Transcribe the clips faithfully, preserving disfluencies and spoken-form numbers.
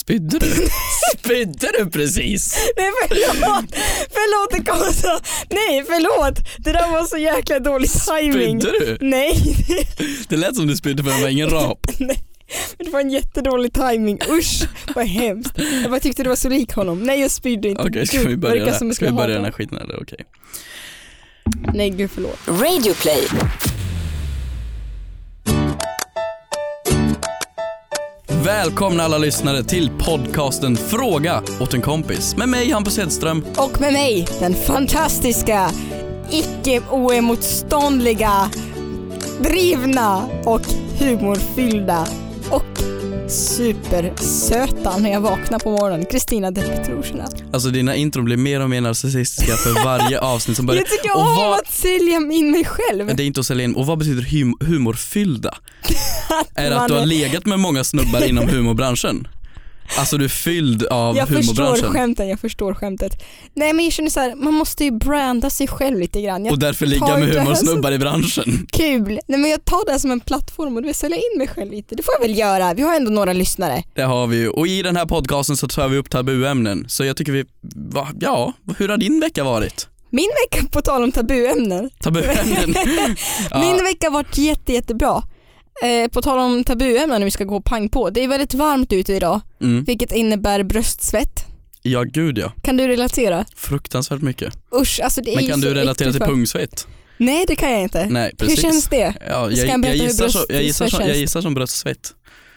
Spydde du? Spydde du precis? Nej, förlåt. Förlåt, det kom så. Nej, förlåt. Det där var så jäkla dålig timing. Spydde du? Nej. Det lät som du spydde för det var ingen rap. Nej. Men det var en jättedålig timing. Usch, vad hemskt. Jag bara tyckte det var så lik honom. Nej, jag spydde inte. Okej, okay, ska vi börja, Gud, där? Ska vi börja den här skiten eller? Okej. Okay. Nej, gud förlåt. Radio Play. Välkomna alla lyssnare till podcasten Fråga åt en kompis. Med mig Hampus Hedström. Och med mig, den fantastiska, icke-oemotståndliga, drivna och humorfyllda och supersöta när jag vaknar på morgonen, Kristina Petrushina. Alltså dina intron blir mer och mer narcissistiska för varje avsnitt som börjar. Jag tycker om vad... att sälja in mig själv. Det är inte att sälja in. Och vad betyder hum- humorfyllda? Är det att du har legat med många snubbar inom humorbranschen? Alltså du är fylld av jag humorbranschen. Jag förstår skämten, jag förstår skämtet. Nej, men jag känner så här, man måste ju branda sig själv lite grann. Jag och därför ligga med humorsnubbar som... i branschen. Kul. Nej, men jag tar det som en plattform och vill sälja in mig själv lite. Det får jag väl göra. Vi har ändå några lyssnare. Det har vi ju. Och i den här podcasten så tar vi upp tabuämnen. Så jag tycker vi, va, ja, hur har din vecka varit? Min vecka, på tal om tabuämnen. Tabuämnen. Ja. Min vecka har varit jätte, jättebra. Eh, på tal om tabuämnen när vi ska gå pang på. Det är väldigt varmt ute idag, mm. vilket innebär bröstsvett. Ja, gud ja. Kan du relatera? Fruktansvärt mycket. Usch, alltså det är. Men kan du relatera till pungsvett? Nej, det kan jag inte. Nej, precis. Hur känns det? Ja, jag, jag, jag, gissar så, jag, gissar så, jag gissar som bröstsvett.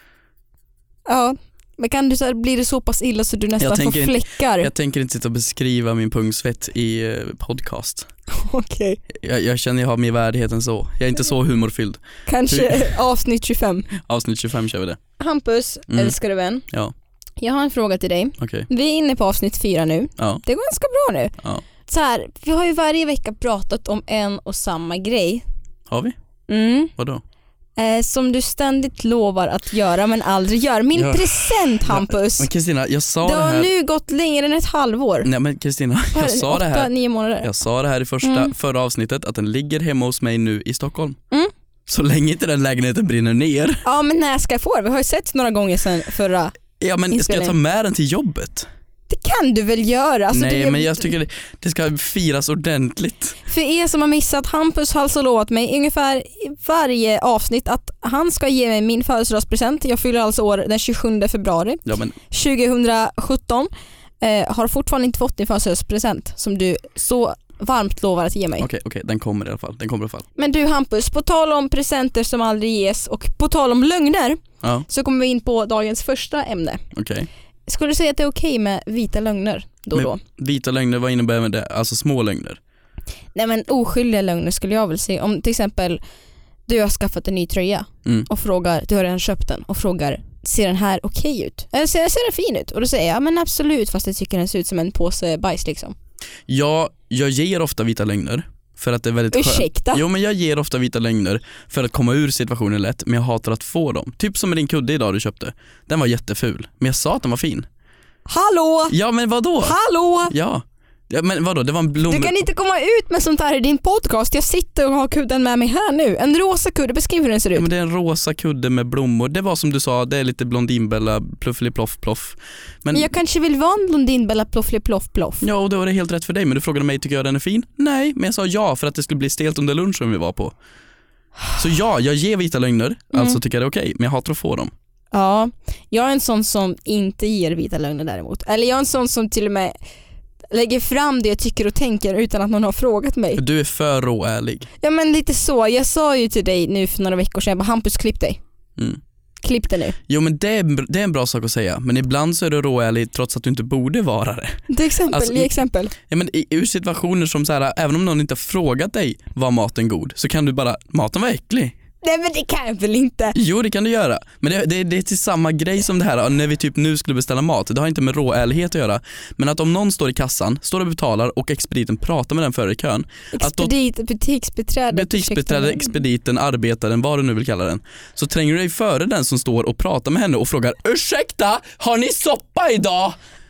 Ja, men kan du så här, blir det så pass illa så du nästan får fläckar? Jag tänker inte sitta och beskriva min pungsvett i eh, podcast. Okej. Okay. Jag, jag känner jag har mer värdighet än så. Jag är inte så humorfylld. Kanske avsnitt tjugofem. Avsnitt tjugofem kör vi det. Hampus, mm. älskar du vän? Ja. Jag har en fråga till dig. Okay. Vi är inne på avsnitt fyra nu. Ja. Det går ganska bra nu. Ja. Så här, vi har ju varje vecka pratat om en och samma grej. Har vi? Mm. Vadå? Eh, som du ständigt lovar att göra men aldrig gör. Min ja. present, Hampus. Men Kristina, jag sa det det här. har nu gått längre än ett halvår. Nej men Kristina, jag sa åtta, det här. nio månader. Jag sa det här i första, mm. förra avsnittet att den ligger hemma hos mig nu i Stockholm. Mm. Så länge inte den lägenheten brinner ner. Ja, men när ska jag få det? Vi har ju sett några gånger sedan förra. Ja, men ska jag ta med den till jobbet? Det kan du väl göra? Alltså, Nej, det, men jag tycker det, det ska firas ordentligt. För er som har missat, Hampus har alltså lovat mig ungefär i varje avsnitt att han ska ge mig min födelsedagspresent. Jag fyller alltså år den tjugosjunde februari ja, men... tjugosjutton. Eh, har fortfarande inte fått din födelsedagspresent som du så varmt lovar att ge mig. Okej, okay, okej, okay, den kommer i alla fall. Den kommer i alla fall. Men du Hampus, på tal om presenter som aldrig ges och på tal om lögner, ja. så kommer vi in på dagens första ämne. Okej. Okay. Skulle du säga att det är okej okay med vita lögner då och då? Vita lögner, vad innebär med det? Alltså små lögner? Nej, men oskyldiga lögner skulle jag väl säga. Om till exempel du har skaffat en ny tröja mm. och frågar, du har redan köpt den och frågar, ser den här okej okay ut? Eller ser, ser den fin ut? Och då säger jag, ja men absolut, fast jag tycker den ser ut som en påse bajs liksom. Ja, jag ger ofta vita lögner. För att det är väldigt Ursäkta? skönt. Jo, men jag ger ofta vita lögner för att komma ur situationen lätt, men jag hatar att få dem. Typ som med din kudde idag du köpte. Den var jätteful, men jag sa att den var fin. Hallå? Ja, men vadå? Hallå? Ja. Ja, men vadå? Det var en blom... Du kan inte komma ut med sånt här i din podcast. Jag sitter och har kudden med mig här nu. En rosa kudde, beskriv hur den ser ut. Ja, men det är en rosa kudde med blommor. Det var som du sa, det är lite blondinbella, pluffli ploff ploff. Men jag kanske vill vara en blondinbella, pluffli ploff ploff. Ja, och då var det helt rätt för dig. Men du frågade mig, tycker jag den är fin? Nej, men jag sa ja för att det skulle bli stelt under lunchen vi var på. Så ja, jag ger vita lögner. Mm. Alltså tycker jag det är okej, men jag hatar att få dem. Ja, jag är en sån som inte ger vita lögner däremot. Eller jag är en sån som till och med lägger fram det jag tycker och tänker utan att någon har frågat mig. Du är för råärlig. Ja, men lite så. Jag sa ju till dig nu för några veckor sedan, jag bara, Hampus, klipp dig. Mm. Klipp det nu. Jo, men det är, det är en bra sak att säga. Men ibland så är du råärlig trots att du inte borde vara det. Till exempel, alltså, i exempel. Ja, men i, ur situationer som så här, även om någon inte har frågat dig var maten god, så kan du bara, maten var äcklig. Nej, men det kan jag väl inte. Jo, det kan du göra. Men det, det, det är till samma grej som det här när vi typ nu skulle beställa mat. Det har inte med råärlighet att göra. Men att om någon står i kassan, står och betalar och expediten pratar med den före i kön. Expedit, att då, butiksbeträde. Butiksbeträde, expediten, arbetaren, vad du nu vill kalla den. Så tränger du dig före den som står och pratar med henne och frågar, ursäkta, har ni soppa idag?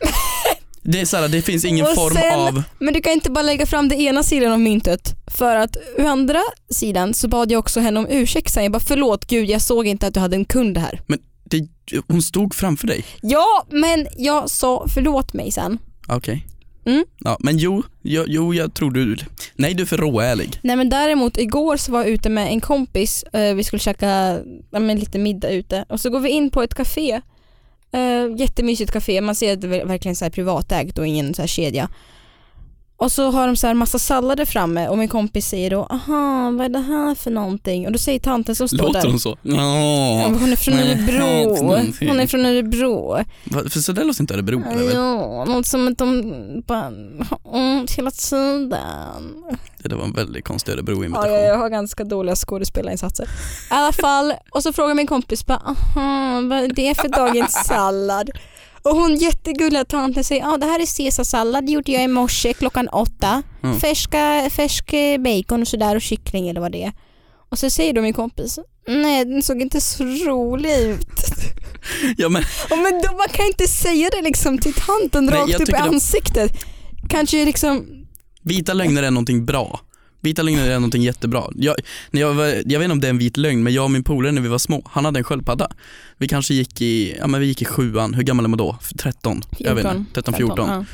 Det är så här, det finns ingen och form sen, av... Men du kan inte bara lägga fram det ena sidan av myntet. För att ur andra sidan så bad jag också henne om ursäkt. Jag bara, förlåt gud, jag såg inte att du hade en kund här. Men det, hon stod framför dig. Ja, men jag sa förlåt mig sen. Okej. Okay. Mm. Ja, men jo, jo, jo, jag tror du... Nej, du är för råärlig. Nej, men däremot igår så var jag ute med en kompis. Eh, vi skulle käka ja, men lite middag ute. Och så går vi in på ett café. Eh, jättemysigt café. Man ser att det är verkligen så här privatägt och ingen så här kedja. Och så har de så här massa sallader framme. Och min kompis säger då, aha, vad är det här för någonting? Och då säger tanten som står Låter där. Låter hon så? Ja, hon är från Örebro. Hon är från Örebro. Va, för så där låter inte Örebro, eller? Ja, något som att de bara mm, hela tiden. Det var en väldigt konstig Örebro-invitation. Ja, jag har ganska dåliga skådespelarinsatser. I alla fall, och så frågar min kompis bara, aha, vad är det för dagens sallad? Och hon jättegulliga tanten säger, ja, det här är caesarsallad, gjorde jag i morse klockan åtta. Mm. Färska, färsk bacon och sådär och kyckling eller vad det är. Och så säger då min kompis, nej, den såg inte så rolig ut. Ja, men... Ja, men då, man kan inte säga det liksom till tanten rakt upp i ansiktet. Det... Kanske liksom... Vita lögner är någonting bra. Vita lögner är någonting jättebra. Jag, när jag, var, jag vet inte om det är en vit lögn, men jag och min polare när vi var små, han hade en sköldpadda. Vi kanske gick i, ja men vi gick i sjuan. Hur gammal är man då? tretton? Jag vet inte, tretton fjorton. Ja.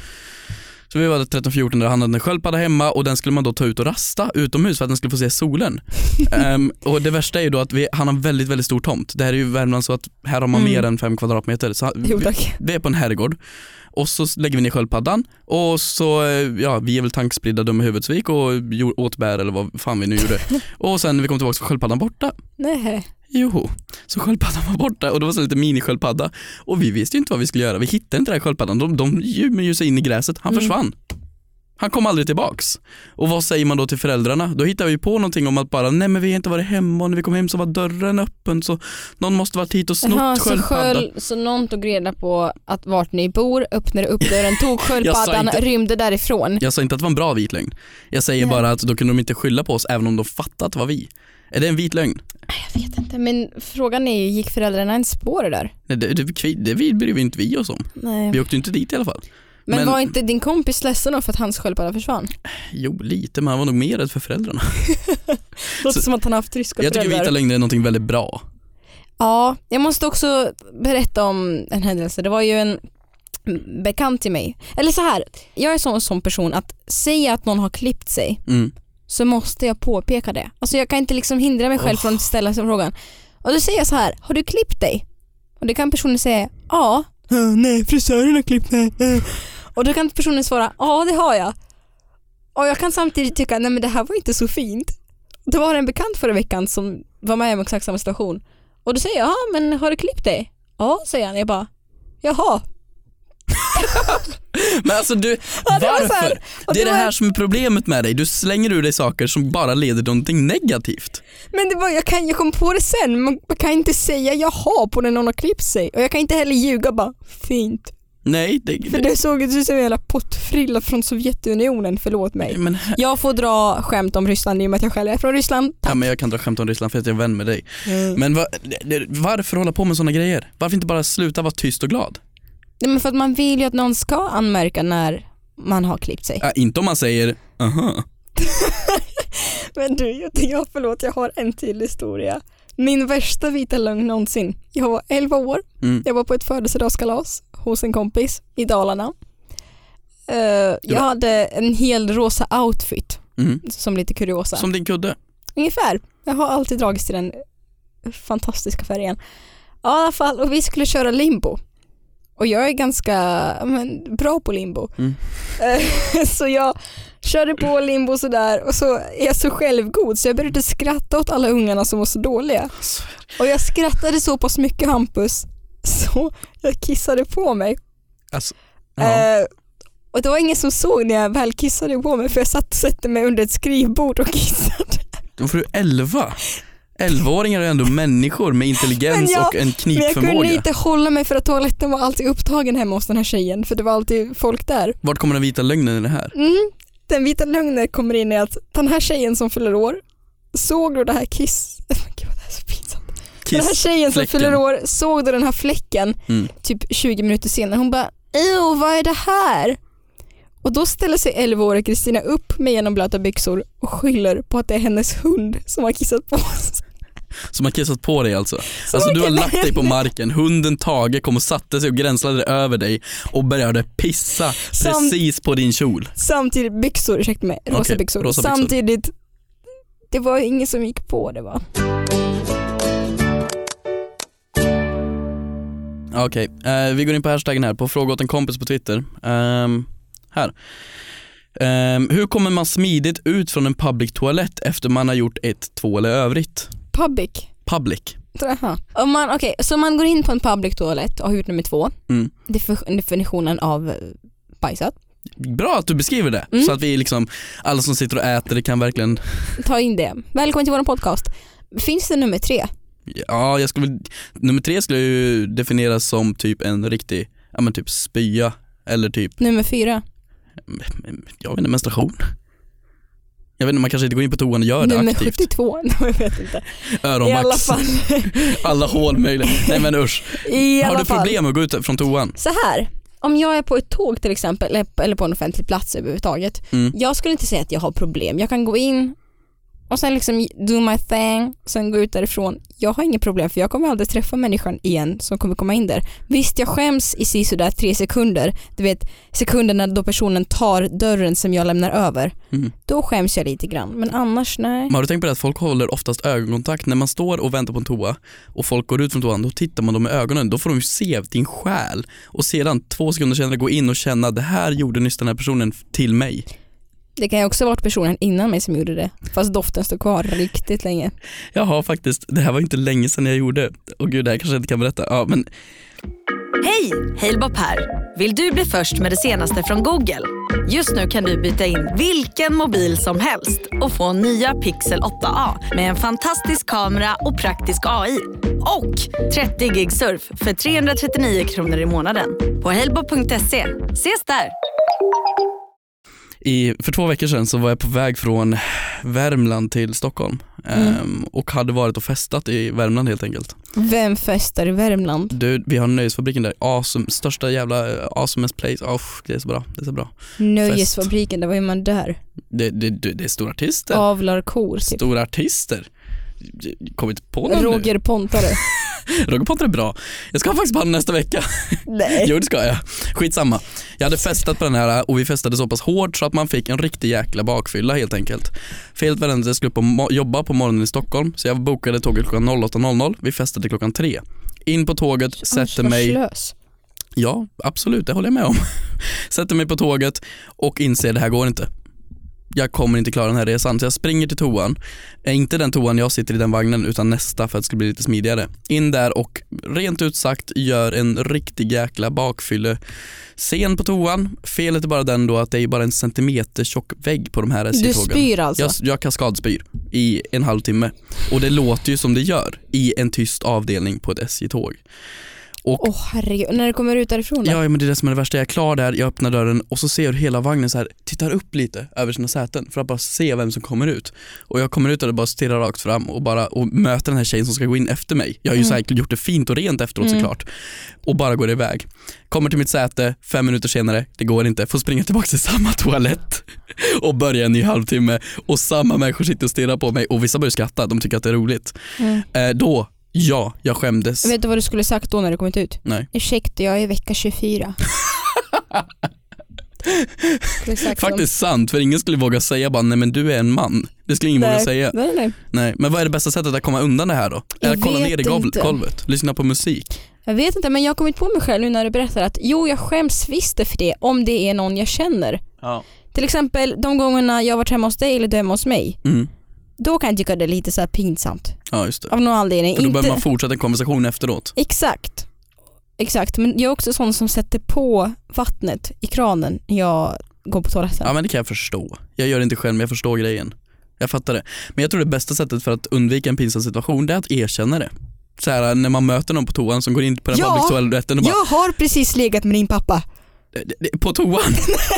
Så vi var tretton fjorton där han hade en sköldpadda hemma och den skulle man då ta ut och rasta utomhus för att den skulle få se solen. um, och det värsta är ju då att vi, han har en väldigt, väldigt stor tomt. Det här är ju Värmland så att här har man mm. mer än fem kvadratmeter. Så vi, vi är på en herrgård. Och så lägger vi ner sköldpaddan och så, ja, vi är väl tankspridda dumma huvudsvik och åt bär eller vad fan vi nu gjorde. Och sen när vi kom tillbaka så var sköldpaddan borta. Nej. Jo, så sköldpaddan var borta och det var så lite mini-sköldpadda. Och vi visste ju inte vad vi skulle göra. Vi hittade inte den här sköldpaddan. De, de gömmer ju sig in i gräset. Han mm. försvann. Han kom aldrig tillbaks. Och vad säger man då till föräldrarna? Då hittar vi på någonting om att bara, nej men vi har inte varit hemma och när vi kom hem så var dörren öppen så någon måste varit hit och snott sköldpaddan. Så, sköld, så någon tog reda på att vart ni bor, öppnade upp dörren, tog sköldpaddan, inte, rymde därifrån. Jag sa inte att det var en bra vit lögn. Jag säger nej. Bara att då kunde de inte skylla på oss även om de fattat att det var vi. Är det en vit lögn? Jag vet inte, men frågan är ju, gick föräldrarna ens på det där? Nej, det, det, det, det bryr vi inte vi oss om. Nej. Vi åkte inte dit i alla fall. Men, men var inte din kompis ledsen då för att hans sköldpadda försvann? Jo, lite, men han var nog mer rädd för föräldrarna. Låter som att han har haft ryska jag föräldrar. Jag tycker vita lögner är någonting väldigt bra. Ja, jag måste också berätta om en händelse. Det var ju en bekant till mig. Eller så här, jag är sån som person att säga att någon har klippt sig mm. så måste jag påpeka det. Alltså jag kan inte liksom hindra mig själv oh. från att ställa sig frågan. Och då säger jag så här, har du klippt dig? Och det kan personen säga, ja. Uh, nej, frisören har klippt mig. Uh. Och då kan personen svara, ja det har jag. Och jag kan samtidigt tycka, nej men det här var inte så fint. Det var en bekant förra veckan som var med om exakt samma situation. Och då säger jag, ja men har du klippt dig? Ja, säger han. Jag bara, jaha. Men alltså du, ja, det varför? Här, det, det är det här var... som är problemet med dig. Du slänger ur dig saker som bara leder till någonting negativt. Men det var, jag, kan, jag kom på det sen. Man kan inte säga jaha på när någon har klippt sig. Och jag kan inte heller ljuga bara, fint. Nej, det, för det såg ut som en jävla pottfrilla från Sovjetunionen, förlåt mig. Men, jag får dra skämt om Ryssland i och med att jag själv är från Ryssland. Tack. Ja, men jag kan dra skämt om Ryssland för att jag är vän med dig. Mm. Men var, varför hålla på med såna grejer? Varför inte bara sluta vara tyst och glad? Nej, men för att man vill ju att någon ska anmärka när man har klippt sig. Ja, inte om man säger aha. Men du, jag förlåt, jag har en till historia. Min värsta vita lögn någonsin. Jag var elva år. Mm. Jag var på ett födelsedagskalas hos en kompis i Dalarna. Uh, jag hade en hel rosa outfit. Mm. Som lite kuriosa. Som din kudde? Ungefär. Jag har alltid dragits till den fantastiska färgen. Ja, i alla fall. Och vi skulle köra limbo. Och jag är ganska men, bra på limbo. Mm. Så jag körde på limbo sådär. Och så är jag så självgod så jag började skratta åt alla ungarna som var så dåliga. Och jag skrattade så pass mycket, Hampus, så jag kissade på mig. Alltså, eh, och det var ingen som såg när jag väl kissade på mig. För jag satt och satte mig under ett skrivbord och kissade. Då får du elva. elvaåringar är ändå människor med intelligens jag, och en knipförmåga. Men jag kunde inte hålla mig för att toaletten var alltid upptagen hemma hos den här tjejen. För det var alltid folk där. Vart kommer den vita lögnen i det här? Mm, den vita lögnen kommer in i att den här tjejen som fyller år såg då det här kiss... Gud, det är så pinsamt. Kiss, den här tjejen som fyller år såg då den här fläcken mm. typ tjugo minuter senare. Hon bara, åh, vad är det här? Och då ställer sig elvaåriga Kristina upp med genomblöta byxor och skyller på att det är hennes hund som har kissat på oss. Som har kissat på dig alltså. Alltså du har lagt dig på marken. Hunden Tage kom och satte sig och gränslade över dig och började pissa Sam- precis på din kjol. Samtidigt byxor, ursäkta mig, rosa, okay, byxor. rosa byxor. Samtidigt, det var ingen som gick på det va. Okej, okay. uh, vi går in på hashtaggen här på fråga åt en kompis på Twitter. Um, här. Um, hur kommer man smidigt ut från en public toalett efter man har gjort ett, två eller övrigt? Public? Public. Om man, okay, så man går in på en public toalett och har gjort nummer två. Mm. Definitionen av bajsat. Bra att du beskriver det. Mm. Så att vi liksom, alla som sitter och äter det kan verkligen ta in det. Välkommen till vår podcast. Finns det nummer tre? Ja, jag skulle nummer tre skulle ju definieras som typ en riktig, ja men typ spya eller typ nummer fyra. Jag vet inte, menstruation. Jag vet inte, man kanske inte går in på toan och gör det nummer aktivt. Nummer sjuttiotvå, jag vet inte. Öronmax. I alla fall. Alla hål möjliga. Nej men usch. I Har alla du problem att gå ut från toan? Så här. Om jag är på ett tåg till exempel eller på en offentlig plats överhuvudtaget. Mm. Jag skulle inte säga att jag har problem. Jag kan gå in och sen liksom do my thing, sen gå ut därifrån. Jag har inget problem för jag kommer aldrig träffa människan igen som kommer komma in där. Visst, jag skäms i sig sådär tre sekunder. Du vet, sekunderna då personen tar dörren som jag lämnar över. Mm. Då skäms jag lite grann. Men annars, nej. Men har du tänkt på det att folk håller oftast ögonkontakt när man står och väntar på en toa och folk går ut från toan, då tittar man dem med ögonen. Då får de ju se din själ och sedan två sekunder senare gå in och känna att det här gjorde nyss den här personen till mig. Det kan ju också ha varit personen innan mig som gjorde det. Fast doften stod kvar riktigt länge. Jag har faktiskt, det här var inte länge sedan jag gjorde. Och gud, det här kanske jag inte kan berätta. Ja, men... Hej, Halebop här. Vill du bli först med det senaste från Google? Just nu kan du byta in vilken mobil som helst och få nya Pixel åtta A med en fantastisk kamera och praktisk A I. Och trettio gig surf för trehundratrettionio kronor i månaden på halebop punkt se. Ses där! I, för två veckor sedan så var jag på väg från Värmland till Stockholm mm. um, och hade varit och festat i Värmland helt enkelt. Vem festar i Värmland? Du, vi har nöjesfabriken där, awesome, största jävla awesomest place. Oh, det är så bra, det är så bra. Nöjesfabriken, där var ju man där. Det, det, det, det är stora artister. Avlar kor. Typ. Stora artister. Kommer inte på någon Roger nu. Pontare. Roger Pontare är bra. Jag ska faktiskt på den nästa vecka. Nej. Jo, det ska jag. Skitsamma. Jag hade festat på den här och vi festade så pass hårt så att man fick en riktig jäkla bakfylla helt enkelt. Felet var att jag skulle upp och mo- jobba på morgonen i Stockholm, så jag bokade tåget klockan åtta noll noll. Vi festade klockan tre. In på tåget, sätter mig... Slös. Ja, absolut, det håller jag med om. Sätter mig på tåget och inser det här går inte. Jag kommer inte klara den här resan, så jag springer till toan. Inte den toan jag sitter i den vagnen, utan nästa för att det ska bli lite smidigare. In där och rent ut sagt gör en riktig jäkla bakfylle scen på toan. Felet är bara den då att det är bara en centimeter tjock vägg på de här S J-tågen. Du spyr alltså? Jag, jag kaskadspyr i en halvtimme. Och det låter ju som det gör i en tyst avdelning på ett S J-tåg. Åh oh, herregud, när det kommer ut därifrån då? Ja, men det är det som är det värsta. Jag är klar där, jag öppnar dörren och så ser jag hela vagnen så här, tittar upp lite över sina säten för att bara se vem som kommer ut. Och jag kommer ut och bara stirrar rakt fram och bara och möter den här tjejen som ska gå in efter mig. Jag har ju mm. säkert gjort det fint och rent efteråt mm. såklart. Och bara går iväg. Kommer till mitt säte, fem minuter senare, det går inte. Får springa tillbaka till samma toalett och börja en ny halvtimme. Och samma människor sitter och stirrar på mig och vissa börjar skratta, de tycker att det är roligt. Mm. Eh, då Ja, jag skämdes. Vet du vad du skulle sagt då när du kommit ut? Nej. Ursäkta, jag är i vecka tjugofyra. Faktiskt som... sant, för ingen skulle våga säga bara, nej men du är en man. Det skulle ingen nej. våga säga. Nej, nej. nej, men vad är det bästa sättet att komma undan det här då? Jag Eller kolla ner i golv- golvet, lyssna på musik. Jag vet inte, men jag har kommit på mig själv nu när du berättar att jo, jag skäms visst för det om det är någon jag känner. Ja. Till exempel de gångerna jag varit hemma hos dig eller du hemma hos mig. Mm. Då kan jag tycka det är lite så här pinsamt. Ja, just det. Av någon anledning. För då inte... behöver man fortsätta en konversation efteråt. Exakt. Exakt, men jag är också sån som sätter på vattnet i kranen när jag går på toaletten. Ja, men det kan jag förstå. Jag gör det inte själv, men jag förstår grejen. Jag fattar det. Men jag tror det bästa sättet för att undvika en pinsam situation, det är att erkänna det. Så här, när man möter någon på toan som går in på den ja, public toaletten och bara... jag har precis legat med din pappa. På toan?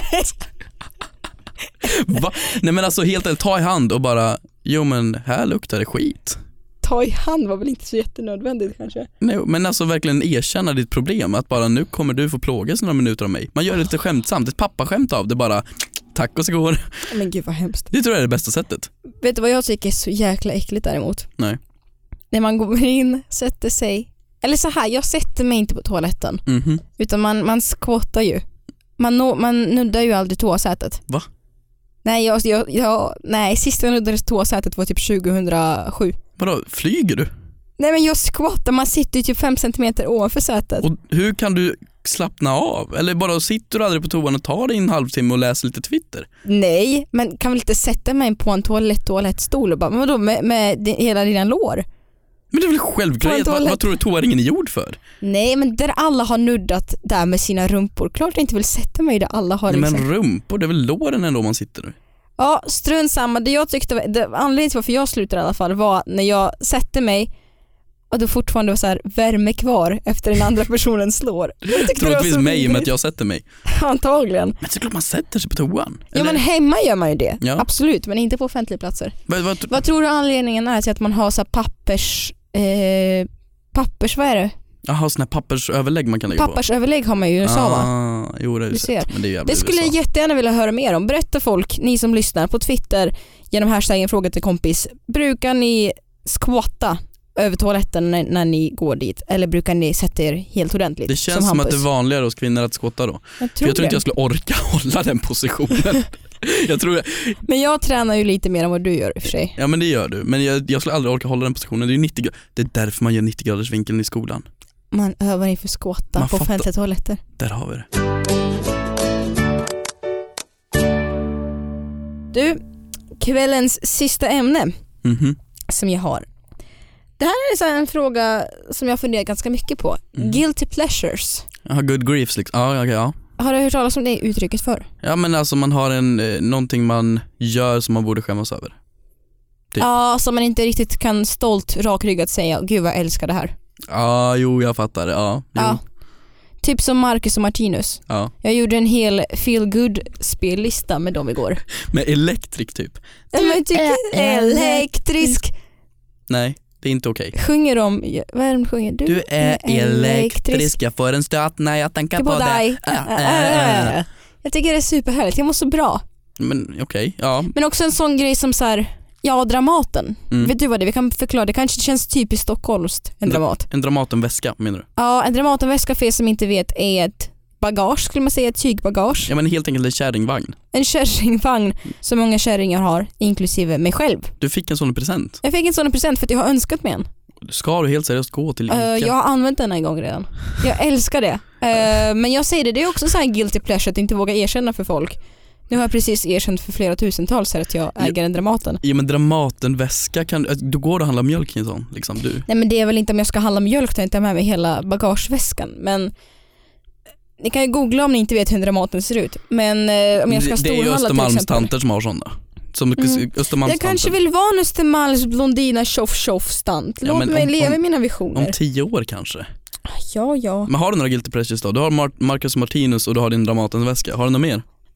Va? Nej men alltså helt enkelt, ta i hand och bara, jo men här luktar det skit. Ta i hand var väl inte så jättenödvändigt kanske. Nej, men alltså verkligen erkänna ditt problem, att bara nu kommer du få plågas några minuter av mig. Man gör det lite skämtsamt, ett pappaskämt av det, bara tack och så går. Men gud vad hemskt. Det tror jag är det bästa sättet. Vet du vad jag tycker är så jäkla äckligt däremot? Nej. när man går in, sätter sig. Eller så här, jag sätter mig inte på toaletten. Mm-hmm. Utan man, man squattar ju. Man, no, man nuddar ju aldrig toasätet. Va? Nej, jag, jag, jag, nej, sist jag nuddade toasätet var typ tjugohundrasju. Vadå, flyger du? Nej, men jag squattar, man sitter ju typ fem centimeter ovanför sätet. Och hur kan du slappna av? Eller bara sitter du aldrig på toan och tar dig en halvtimme och läser lite Twitter? Nej, men kan väl inte sätta mig på en toalett, toalettstol och bara, men vadå, med, med hela dina lår? Men det är väl självklart, vad, vad tror du toaringen är gjord för? Nej, men där alla har nuddat där med sina rumpor. Klart jag inte vill sätta mig där alla har. Nej, liksom. men rumpor, det är väl låren ändå man sitter nu? Ja, strunt samma. Det jag tyckte var, det, anledningen till varför jag slutade i alla fall var när jag sätter mig och då fortfarande var så här värme kvar efter den andra personen slår. Troligtvis mig med att jag sätter mig. Antagligen. Men såklart man sätter sig på toan. Eller? Ja, men hemma gör man ju det. Ja. Absolut, men inte på offentliga platser. Vad, vad, vad tror du anledningen är till att man har så här pappers eh, pappers, vad är det? Jaha, sån här pappersöverlägg man kan lägga på. Pappersöverlägg har man ju i U S A, va? Ah, jo, det är ju sett, men det är det skulle jag jättegärna vilja höra mer om. Berätta folk, ni som lyssnar på Twitter genom hashtaggen fråga till kompis. Brukar ni squatta över toaletten när, när ni går dit? Eller brukar ni sätta er helt ordentligt? Det känns som, som att det är vanligare hos kvinnor att skotta då. Jag För jag tror inte jag skulle orka hålla den positionen. jag tror jag... Men jag tränar ju lite mer än vad du gör i och för sig. Ja, men det gör du. Men jag, jag skulle aldrig orka hålla den positionen. Det är, nittio, det är därför man gör nittio graders vinkeln i skolan. Man övar inför skåta man på fattar. offentliga toaletter. Där har vi det. Du, kvällens sista ämne Mm-hmm. som jag har. Det här är så här en fråga som jag funderar ganska mycket på. Mm. Guilty pleasures. Ja, good griefs liksom. Ja, okay, ja. Har du hört talas om det uttrycket för? Ja, men alltså man har en eh, någonting man gör som man borde skämmas över. Typ. Ja, som man inte riktigt kan stolt rakryggat säga, gud vad jag älskar det här. Ja, jo, jag fattar det. Ja, ja. Typ som Marcus och Martinus. Ja. Jag gjorde en hel feel good spellista med dem igår. Med elektrik typ. Du men tycker elektrisk. Nej, det är inte okej. Okay. Sjunger de, vad är de sjunger? Du, du är elektrisk, jag får en stöt när jag tänker på, på dig. Äh, äh, äh. Jag tycker det är superhärligt, jag mår så bra. Men okej, okay, ja. Men också en sån grej som så här, ja, Dramaten. Mm. Vet du vad det är? Vi kan förklara, det kanske känns typiskt stockholmskt, en Dramat. En Dramatenväska menar du? Ja, en Dramatenväska för er som inte vet är ett bagage, skulle man säga, ett tygbagage. Ja, men helt enkelt en kärringvagn. En kärringvagn som många kärringar har, inklusive mig själv. Du fick en sån present? Jag fick en sån present för att jag har önskat mig en. Ska du helt seriöst gå till Ica? Uh, jag har använt den en gång redan. Jag älskar det. Uh, men jag säger det, det är också så här guilty pleasure att inte våga erkänna för folk. Nu har jag precis erkänt för flera tusentals här att jag äger en Dramaten. Ja, men Dramatenväska, kan, du går och handlar mjölk i en sån, liksom du. Nej, men det är väl inte om jag ska handla mjölk, tar jag inte med mig hela bagageväskan. Men ni kan ju googla om ni inte vet hur en Dramaten ser ut. Men eh, om jag ska storhandla till exempel. Det är ju Östermalmstanter som har sådana. Som mm. Jag kanske vill vara en Östermalms blondina tjoff tjoff stant. Låt ja, mig om, leva om, mina visioner. Om tio år kanske. Ja, ja. Men har du några guilty pleasures då? Du har Mar- Marcus och Martinus och du har din Dramatenväska. Har du något mer?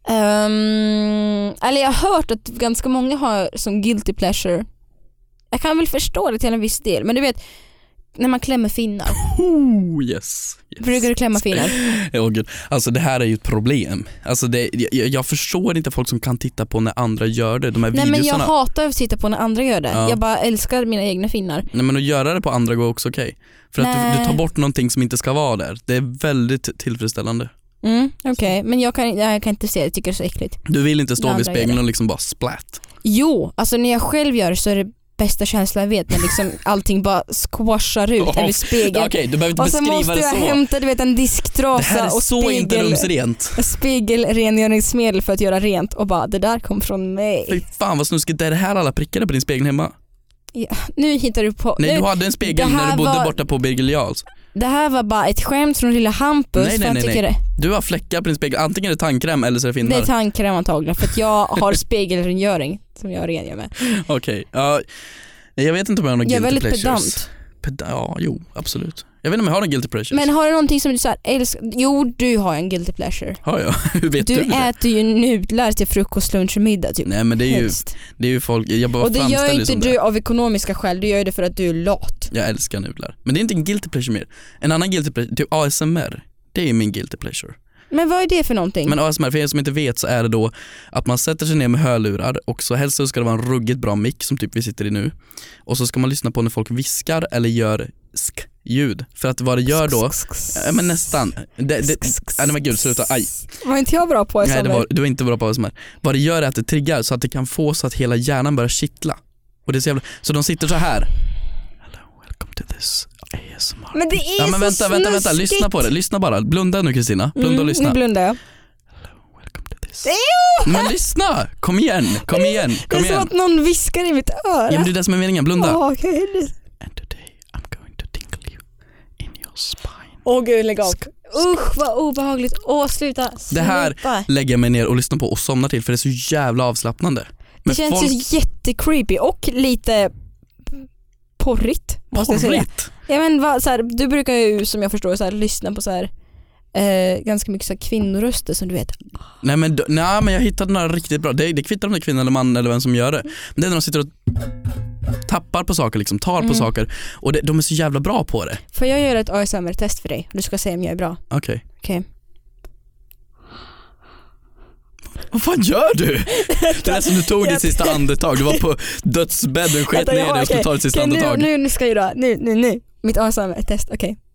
Um, eller jag har hört att ganska många har som guilty pleasure. Jag kan väl förstå det till en viss del. Men du vet, när man klämmer finnar. Oh, yes, yes. Brukar du klämma finnar? Oh, Gud. Alltså det här är ju ett problem. Alltså det, jag, jag förstår inte folk som kan titta på när andra gör det. De här Nej, videosarna. men jag hatar att titta på när andra gör det. Ja. Jag bara älskar mina egna finnar. Nej, men att göra det på andra går också okej. Okay. För att du, du tar bort någonting som inte ska vara där. Det är väldigt tillfredsställande. Mm, okej, okay. Men jag kan, jag kan inte se det, jag tycker det är så äckligt. Du vill inte stå vid spegeln och liksom bara splat? Jo, alltså när jag själv gör det så är det bästa känslan jag vet, när liksom allting bara squashar ut oh, över spegeln. Okej, okay, du behöver inte och så beskriva måste jag det så. hämta, du vet, en disktrasa. Det här är och så spegel, inte rumsrent. Spegelrengöringsmedel för att göra rent och bara, det där kom från mig. Fy fan vad snuskigt, det är det här alla prickade på din spegel hemma. Ja, nu hittar du på. Nej, nu, du hade en spegel när du bodde var, borta på Birger Jarls. Det här var bara ett skämt från lilla Hampus. Nej, nej, nej, nej. Det. Du har fläckar på din spegel. Antingen är det tandkräm eller så är det finnar. Det är tandkräm antagligen, för att jag har spegelrengöring som jag rengör med. Okej, okay. Ja, jag vet inte om jag har någon guilty pleasures. Jag är väldigt pedant. Peda- ja, jo, absolut. Jag vet inte om jag har någon guilty pleasures. Men har du någonting som du så här älskar? Jo, du har en guilty pleasure. Har jag? Hur vet du, du det? Du äter ju nudlar till frukost, lunch och middag typ. Nej, men det är ju, det är ju folk, jag bara och det gör inte du det. Av ekonomiska skäl, du gör det för att du är lat. Jag älskar nudlar. Men det är inte en guilty pleasure mer. En annan guilty pleasure, typ A S M R. Det är min guilty pleasure. Men vad är det för någonting? Men A S M R, för er som inte vet, så är det då att man sätter sig ner med hörlurar och så helst så ska det vara en ruggigt bra mick som typ vi sitter i nu. Och så ska man lyssna på när folk viskar eller gör sk-ljud. För att vad det gör då, ja, men nästan. Det, det, nej men gud, sluta, aj. Var inte jag bra på A S M R? Nej, det var, du var inte bra på A S M R. Vad det gör är att det triggar så att det kan få så att hela hjärnan börjar kittla. Och det är så jävla, så de sitter så här. Hello, welcome to this A S M R. Men det är ja, men så vänta, vänta, vänta, lyssna på det, lyssna bara. Blunda nu Kristina, blunda mm, och lyssna. Nu blundar jag. Hello, welcome to this. Men lyssna, kom igen, kom igen, kom igen. Det är som att någon viskar i mitt öra. Ja, men det är det som är meningen, blunda. Oh, okay. And today I'm going to tickle you in your spine. Åh oh, gud, lägg av. Usch, vad obehagligt. Åh, sluta, sluta. Det här lägger jag mig ner och lyssnar på och somnar till, för det är så jävla avslappnande. Men det känns folk... ju jättecreepy och lite porrigt, måste jag säga. Porrigt? Ja, men vad, så här, du brukar ju, som jag förstår, så här, lyssna på så här, eh, ganska mycket så här, kvinnoröster som du vet. Nej men, nej, men jag hittade några riktigt bra. Det, det kvittar om det är kvinna eller man eller vem som gör det. Men det är när de sitter och tappar på saker, liksom, tar mm. på saker. Och det, de är så jävla bra på det. Får jag göra ett A S M R-test för dig? Du ska säga om jag är bra. Okej. Okay. Okej. Okay. Vad fan gör du? Det är som du tog ditt sista andetag. Du var på dödsbädden, sket ner dig och skulle ta ditt sista okay, andetag. Nu, nu ska jag göra, nu, nu, nu. Mitt A S M R-test, okej. Okay.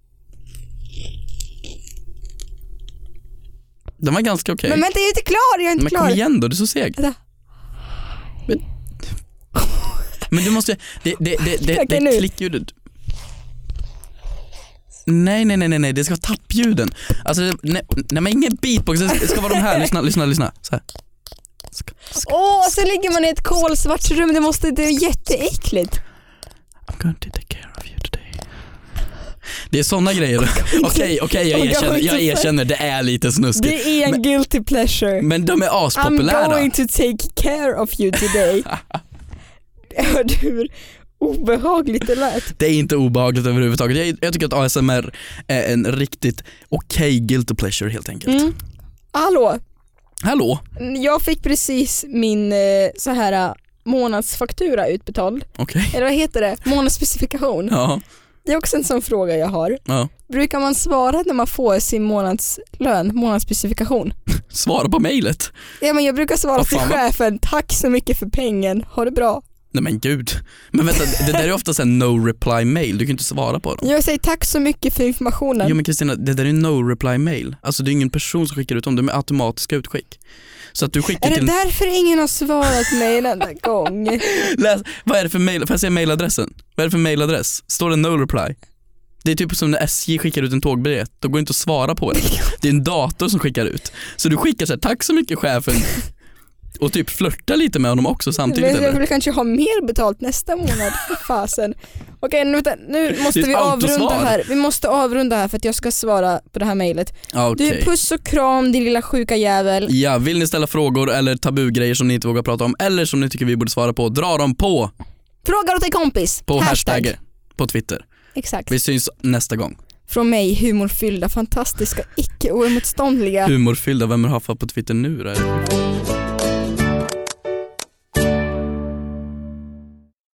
Den var ganska okej. Okay. Men vänta, jag är inte klar, jag är inte men klar. Men kom igen då, du är så seg. Men, men du måste, det, det, det, det, okay, det är klickljudet. Nej, nej, nej, nej, det ska vara tappljuden. Alltså, nej, nej men ingen beatbox, det ska vara de här, lyssna, lyssna, lyssna. Så här. Åh, oh, så ligger man i ett kolsvart rum, det måste, det är jätteäckligt. I'm going to take care of you today. Det är såna grejer. Okej, okej, jag erkänner, jag erkänner, det är lite snuskigt. Det är en men, guilty pleasure. Men de är aspopulära. I'm going to take care of you today. Hörde hur obehagligt det lät. Det är inte obehagligt överhuvudtaget. Jag, jag tycker att A S M R är en riktigt okej guilty pleasure helt enkelt. Mm. Hallå? Hallå? Jag fick precis min så här månadsfaktura utbetald. Okej. Okay. Eller vad heter det? Månadsspecifikation. Ja. Det är också en sån fråga jag har. Ja. Brukar man svara när man får sin månadslön, månadsspecifikation? Svara på mejlet. Ja, men jag brukar svara oh, till chefen, tack så mycket för pengen, ha det bra. Nej men gud. Men vänta, det där är ofta så här no reply mail. Du kan inte svara på dem. Jag säger tack så mycket för informationen. Jo men Kristina, det där är no reply mail. Alltså det är ingen person som skickar ut dem, de är automatiska utskick. Så att du skickar är det till... därför ingen har svarat mig en enda gång? Läs, vad är det för mail? Får jag se mailadressen? Vad är det för mailadress? Står det no reply? Det är typ som när S J skickar ut en tågbiljett. Då går det inte att svara på det. Det är en dator som skickar ut. Så du skickar så här, tack så mycket chefen. Och typ flörta lite med honom också samtidigt. Men jag vill kanske ha mer betalt nästa månad. Fasen. Okej, nu, nu måste vi avrunda här. Vi måste avrunda här för att jag ska svara på det här mejlet. Okay. Du, puss och kram, din lilla sjuka jävel. Ja, vill ni ställa frågor eller tabugrejer som ni inte vågar prata om eller som ni tycker vi borde svara på, dra dem på Frågar åt en kompis. På hashtag, hashtag på Twitter. Exakt. Vi syns nästa gång. Från mig, humorfyllda, fantastiska, icke oemotståndliga. Humorfyllda, vem är haffa på Twitter nu då?